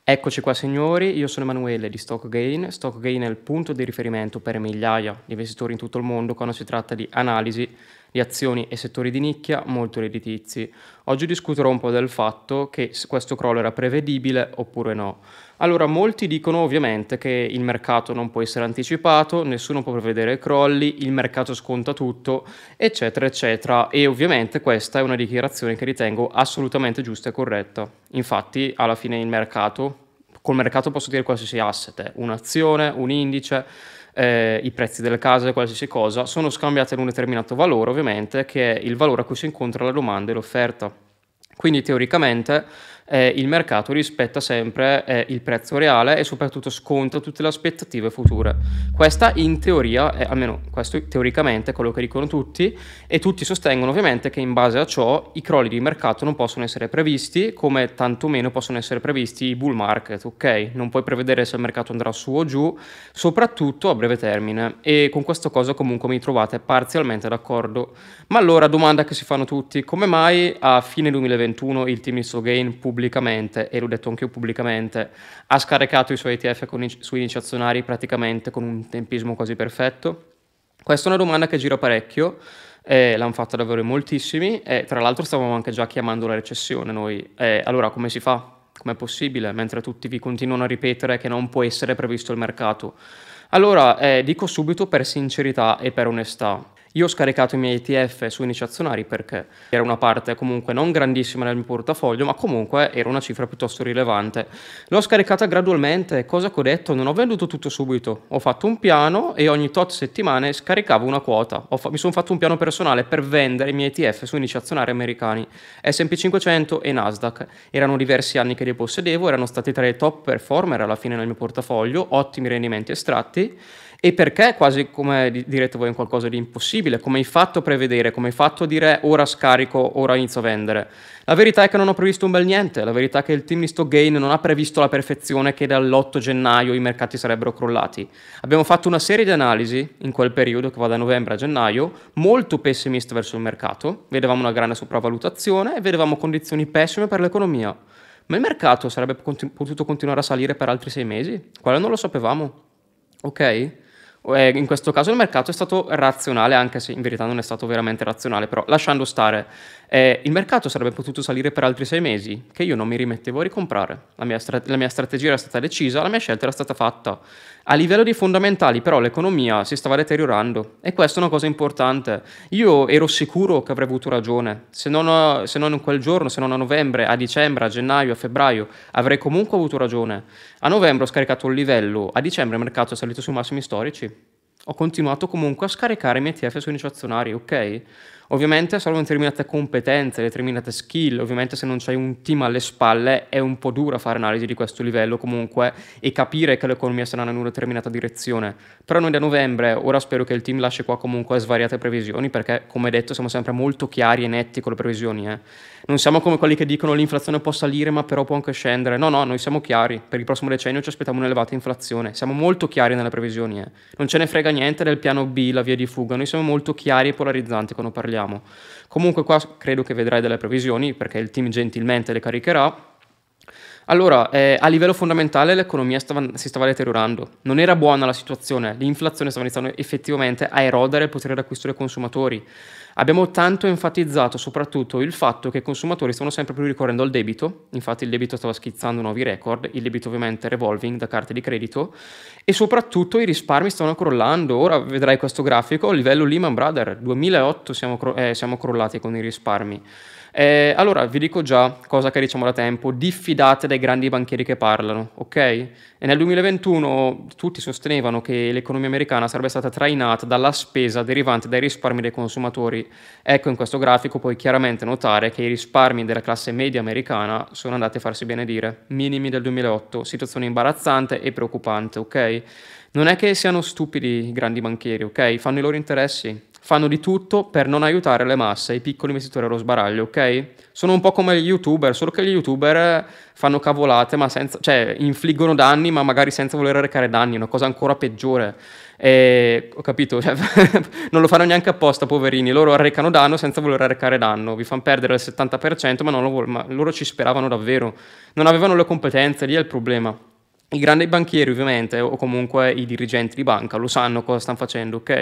Eccoci qua signori, io sono Emanuele di StockGain. StockGain è il punto di riferimento per migliaia di investitori in tutto il mondo quando si tratta di analisi di azioni e settori di nicchia molto redditizi. Oggi discuterò un po' del fatto che se questo crollo era prevedibile oppure no. Allora, molti dicono ovviamente che il mercato non può essere anticipato, nessuno può prevedere crolli, il mercato sconta tutto, eccetera, eccetera. E ovviamente questa è una dichiarazione che ritengo assolutamente giusta e corretta. Infatti, alla fine il mercato, col mercato posso dire qualsiasi asset, un'azione, un indice, i prezzi delle case, qualsiasi cosa, sono scambiate ad un determinato valore, ovviamente, che è il valore a cui si incontra la domanda e l'offerta. Quindi teoricamente il mercato rispetta sempre il prezzo reale e soprattutto sconta tutte le aspettative future. Questa in teoria, almeno questo teoricamente è quello che dicono tutti, e tutti sostengono ovviamente che in base a ciò i crolli di mercato non possono essere previsti, come tantomeno possono essere previsti i bull market, ok? Non puoi prevedere se il mercato andrà su o giù, soprattutto a breve termine, e con questa cosa comunque mi trovate parzialmente d'accordo. Ma allora, domanda che si fanno tutti: come mai a fine 2021 il team di StockGain pubblicamente, e l'ho detto anche io pubblicamente, ha scaricato i suoi ETF su indici azionari praticamente con un tempismo quasi perfetto? Questa è una domanda che gira parecchio, l'hanno fatta davvero in moltissimi, e tra l'altro stavamo anche già chiamando la recessione noi. Allora come si fa? Com'è possibile? Mentre tutti vi continuano a ripetere che non può essere previsto il mercato. Allora, dico subito per sincerità e per onestà. Io ho scaricato i miei ETF su indici azionari perché era una parte comunque non grandissima nel mio portafoglio, ma comunque era una cifra piuttosto rilevante. L'ho scaricata gradualmente, cosa che ho detto, non ho venduto tutto subito. Ho fatto un piano e ogni tot settimane scaricavo una quota. Mi sono fatto un piano personale per vendere i miei ETF su indici azionari americani, S&P 500 e Nasdaq. Erano diversi anni che li possedevo, erano stati tra i top performer alla fine nel mio portafoglio, ottimi rendimenti estratti. E perché quasi come direte voi in qualcosa di impossibile, come hai fatto a prevedere, come hai fatto a dire ora scarico, ora inizio a vendere? La verità è che non ho previsto un bel niente, la verità è che il team di StockGain non ha previsto alla perfezione che dall'8 gennaio i mercati sarebbero crollati. Abbiamo fatto una serie di analisi in quel periodo, che va da novembre a gennaio, molto pessimiste verso il mercato, vedevamo una grande sopravvalutazione e vedevamo condizioni pessime per l'economia. Ma il mercato sarebbe potuto continuare a salire per altri 6 mesi? Quello non lo sapevamo. Ok? In questo caso il mercato è stato razionale, anche se in verità non è stato veramente razionale, però lasciando stare, il mercato sarebbe potuto salire per altri 6 mesi, che io non mi rimettevo a ricomprare. La mia strategia era stata decisa, la mia scelta era stata fatta. A livello di fondamentali, però, l'economia si stava deteriorando e questa è una cosa importante. Io ero sicuro che avrei avuto ragione, se non in quel giorno, se non a novembre, a dicembre, a gennaio, a febbraio, avrei comunque avuto ragione. A novembre ho scaricato il livello, a dicembre il mercato è salito sui massimi storici. Ho continuato comunque a scaricare i miei ETF su indici azionari, ok? Ovviamente servono determinate competenze, determinate skill, ovviamente se non c'hai un team alle spalle è un po' dura fare analisi di questo livello comunque e capire che l'economia sta andando in una determinata direzione. Però noi da novembre, ora spero che il team lasci qua comunque svariate previsioni perché come detto siamo sempre molto chiari e netti con le previsioni. Non siamo come quelli che dicono l'inflazione può salire ma però può anche scendere. No, no, noi siamo chiari. Per il prossimo decennio ci aspettiamo un'elevata inflazione. Siamo molto chiari nelle previsioni. Non ce ne frega niente del piano B, la via di fuga. Noi siamo molto chiari e polarizzanti quando parliamo. Comunque qua credo che vedrai delle previsioni perché il team gentilmente le caricherà. Allora, a livello fondamentale l'economia si stava deteriorando, non era buona la situazione, l'inflazione stava iniziando effettivamente a erodere il potere d'acquisto dei consumatori. Abbiamo tanto enfatizzato soprattutto il fatto che i consumatori stavano sempre più ricorrendo al debito, infatti il debito stava schizzando nuovi record, il debito ovviamente revolving da carte di credito, e soprattutto i risparmi stavano crollando. Ora vedrai questo grafico, livello Lehman Brothers, 2008 siamo crollati con i risparmi. Allora, vi dico già, cosa che diciamo da tempo, diffidate dai grandi banchieri che parlano, ok? E nel 2021 tutti sostenevano che l'economia americana sarebbe stata trainata dalla spesa derivante dai risparmi dei consumatori. Ecco, in questo grafico puoi chiaramente notare che i risparmi della classe media americana sono andati a farsi benedire, minimi del 2008, situazione imbarazzante e preoccupante, ok? Non è che siano stupidi i grandi banchieri, ok? Fanno i loro interessi. fanno di tutto per non aiutare le masse, i piccoli investitori allo sbaraglio, ok? Sono un po' come gli YouTuber, solo che gli YouTuber fanno cavolate, ma senza, cioè infliggono danni, ma magari senza voler recare danni, è una cosa ancora peggiore. E, ho capito, cioè, non lo fanno neanche apposta, poverini, loro arrecano danno senza voler arrecare danno, vi fanno perdere il 70%, ma, ma loro ci speravano davvero, non avevano le competenze, lì è il problema. I grandi banchieri ovviamente, o comunque i dirigenti di banca, lo sanno cosa stanno facendo, ok?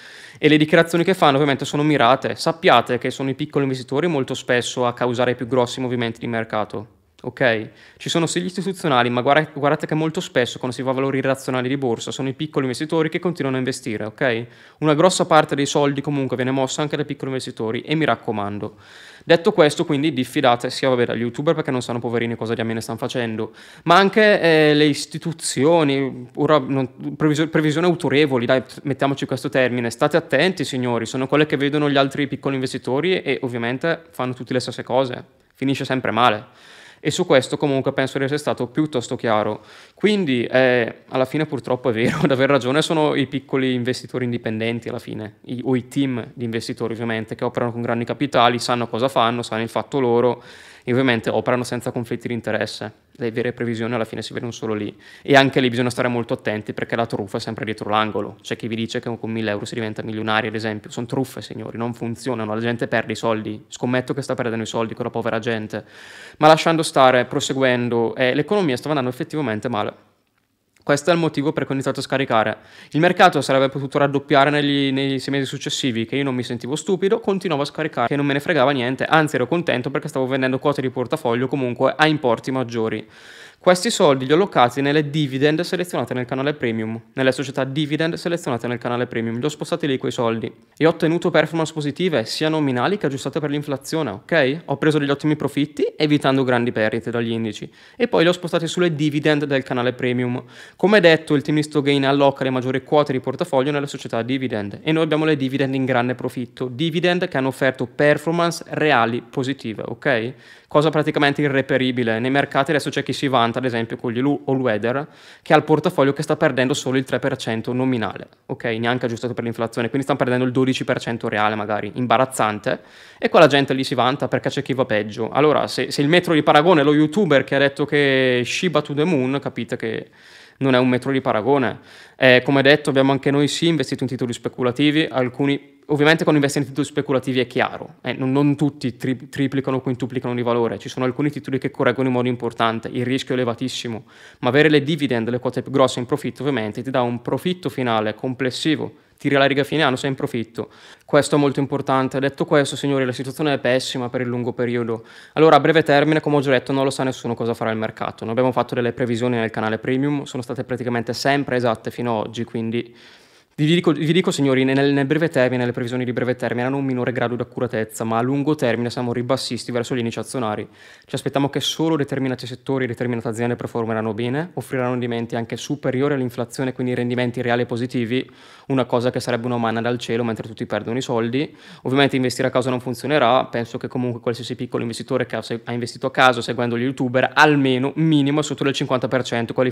E le dichiarazioni che fanno ovviamente sono mirate. Sappiate che sono i piccoli investitori molto spesso a causare i più grossi movimenti di mercato, ok? Ci sono sì gli istituzionali, ma guardate che molto spesso quando si va a valori irrazionali di borsa sono i piccoli investitori che continuano a investire, ok? Una grossa parte dei soldi comunque viene mossa anche dai piccoli investitori e mi raccomando. Detto questo, quindi diffidate sia vabbè, dagli youtuber perché non sanno poverini cosa diamine stanno facendo, ma anche le istituzioni, previsioni autorevoli, dai, mettiamoci questo termine, state attenti signori, sono quelle che vedono gli altri piccoli investitori e ovviamente fanno tutte le stesse cose, finisce sempre male. E su questo comunque penso di essere stato piuttosto chiaro. Quindi alla fine purtroppo è vero, ad aver ragione sono i piccoli investitori indipendenti alla fine, o i team di investitori ovviamente, che operano con grandi capitali, sanno cosa fanno, sanno il fatto loro e ovviamente operano senza conflitti di interesse. Le vere previsioni alla fine si vedono solo lì. E anche lì bisogna stare molto attenti perché la truffa è sempre dietro l'angolo. C'è chi vi dice che con 1.000 euro si diventa milionari, ad esempio. Sono truffe, signori, non funzionano. La gente perde i soldi. Scommetto che sta perdendo i soldi con la povera gente. Ma lasciando stare, proseguendo, l'economia stava andando effettivamente male. Questo è il motivo per cui ho iniziato a scaricare. Il mercato sarebbe potuto raddoppiare negli 6 mesi successivi, che io non mi sentivo stupido, continuavo a scaricare, che non me ne fregava niente, anzi ero contento perché stavo vendendo quote di portafoglio comunque a importi maggiori. Questi soldi li ho allocati nelle dividend selezionate nel canale premium, nelle società dividend selezionate nel canale premium, li ho spostati lì quei soldi e ho ottenuto performance positive sia nominali che aggiustate per l'inflazione, ok? Ho preso degli ottimi profitti evitando grandi perdite dagli indici e poi li ho spostati sulle dividend del canale premium. Come detto, il team di Stogain alloca le maggiori quote di portafoglio nelle società dividend e noi abbiamo le dividend in grande profitto, dividend che hanno offerto performance reali positive, ok? Cosa praticamente irreperibile. Nei mercati adesso c'è chi si vanta, ad esempio con gli all-weather, che ha il portafoglio che sta perdendo solo il 3% nominale, ok? Neanche aggiustato per l'inflazione, quindi stanno perdendo il 12% reale magari, imbarazzante, e quella gente lì si vanta perché c'è chi va peggio. Allora, se il metro di paragone è lo youtuber che ha detto che Shiba to the moon, capite che non è un metro di paragone. Come detto, abbiamo anche noi sì investito in titoli speculativi, alcuni ovviamente quando investi in titoli speculativi è chiaro, non tutti triplicano o quintuplicano di valore, ci sono alcuni titoli che correggono in modo importante, il rischio è elevatissimo, ma avere le dividend, le quote più grosse in profitto ovviamente ti dà un profitto finale complessivo, tiri alla riga fine anno, sei in profitto. Questo è molto importante. Detto questo, signori, la situazione è pessima per il lungo periodo. Allora, a breve termine, come ho già detto, non lo sa nessuno cosa farà il mercato. Noi abbiamo fatto delle previsioni nel canale Premium, sono state praticamente sempre esatte fino ad oggi, quindi vi dico, signori, nel breve termine, le previsioni di breve termine hanno un minore grado di accuratezza, ma a lungo termine siamo ribassisti verso gli indici azionari. Ci aspettiamo che solo determinati settori e determinate aziende performeranno bene, offriranno rendimenti anche superiori all'inflazione, quindi rendimenti reali e positivi, una cosa che sarebbe una manna dal cielo mentre tutti perdono i soldi. Ovviamente investire a caso non funzionerà, penso che comunque qualsiasi piccolo investitore che ha investito a caso seguendo gli youtuber, almeno minimo sotto del 50%, quelli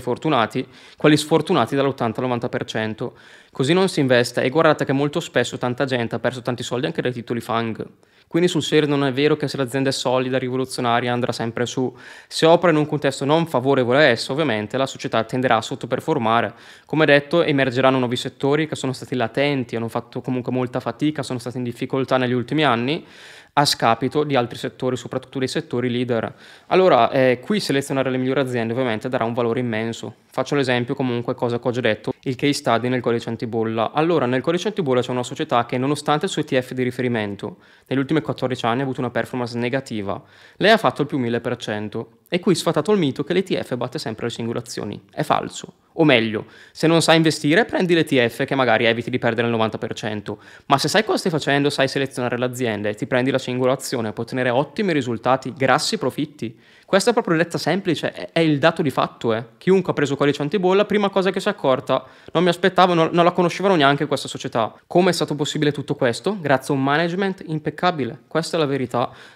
sfortunati dall'80 al 90%. Così non si investe e guardate che molto spesso tanta gente ha perso tanti soldi anche dai titoli FANG. Quindi sul serio non è vero che se l'azienda è solida, rivoluzionaria, andrà sempre su. Se opera in un contesto non favorevole a esso, ovviamente la società tenderà a sottoperformare. Come detto, emergeranno nuovi settori che sono stati latenti, hanno fatto comunque molta fatica, sono stati in difficoltà negli ultimi anni, a scapito di altri settori, soprattutto dei settori leader. Allora, qui selezionare le migliori aziende ovviamente darà un valore immenso. Faccio l'esempio comunque, cosa che ho già detto, il case study nel codice antibolla. Allora, nel codice antibolla c'è una società che nonostante il suo ETF di riferimento, negli ultimi 14 anni ha avuto una performance negativa. Lei ha fatto il più 1000%. E qui sfatato il mito che l'ETF batte sempre le singole azioni. È falso. O meglio, se non sai investire, prendi l'ETF che magari eviti di perdere il 90%. Ma se sai cosa stai facendo, sai selezionare l'azienda e ti prendi la singola azione, puoi ottenere ottimi risultati, grassi profitti. Questa è proprio detta semplice, è il dato di fatto. Chiunque ha preso codice antibolla, prima cosa che si è accorta, non mi aspettavo, non la conoscevano neanche questa società. Come è stato possibile tutto questo? Grazie a un management impeccabile, questa è la verità.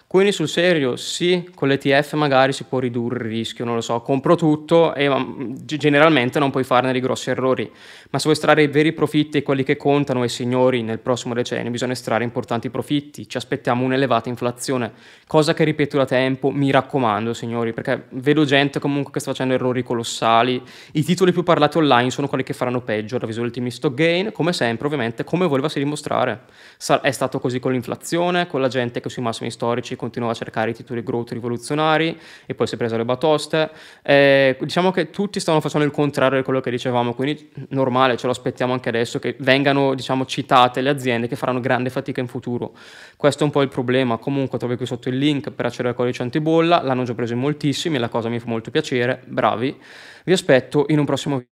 Quindi sul serio sì, con l'ETF magari si può ridurre il rischio, non lo so, compro tutto e generalmente non puoi farne dei grossi errori, ma se vuoi estrarre i veri profitti e quelli che contano e signori nel prossimo decennio bisogna estrarre importanti profitti, ci aspettiamo un'elevata inflazione, cosa che ripeto da tempo, mi raccomando signori, perché vedo gente comunque che sta facendo errori colossali, i titoli più parlati online sono quelli che faranno peggio, ravviso gli ultimi stock gain, come sempre ovviamente, come volevasi dimostrare. È stato così con l'inflazione, con la gente che sui massimi storici continuava a cercare i titoli growth rivoluzionari e poi si è presa le batoste. Diciamo che tutti stavano facendo il contrario di quello che dicevamo, quindi normale, ce lo aspettiamo anche adesso che vengano, diciamo, citate le aziende che faranno grande fatica in futuro. Questo è un po' il problema. Comunque trovi qui sotto il link per accedere al codice antibolla, l'hanno già preso in moltissimi, la cosa mi fa molto piacere, bravi. Vi aspetto in un prossimo video.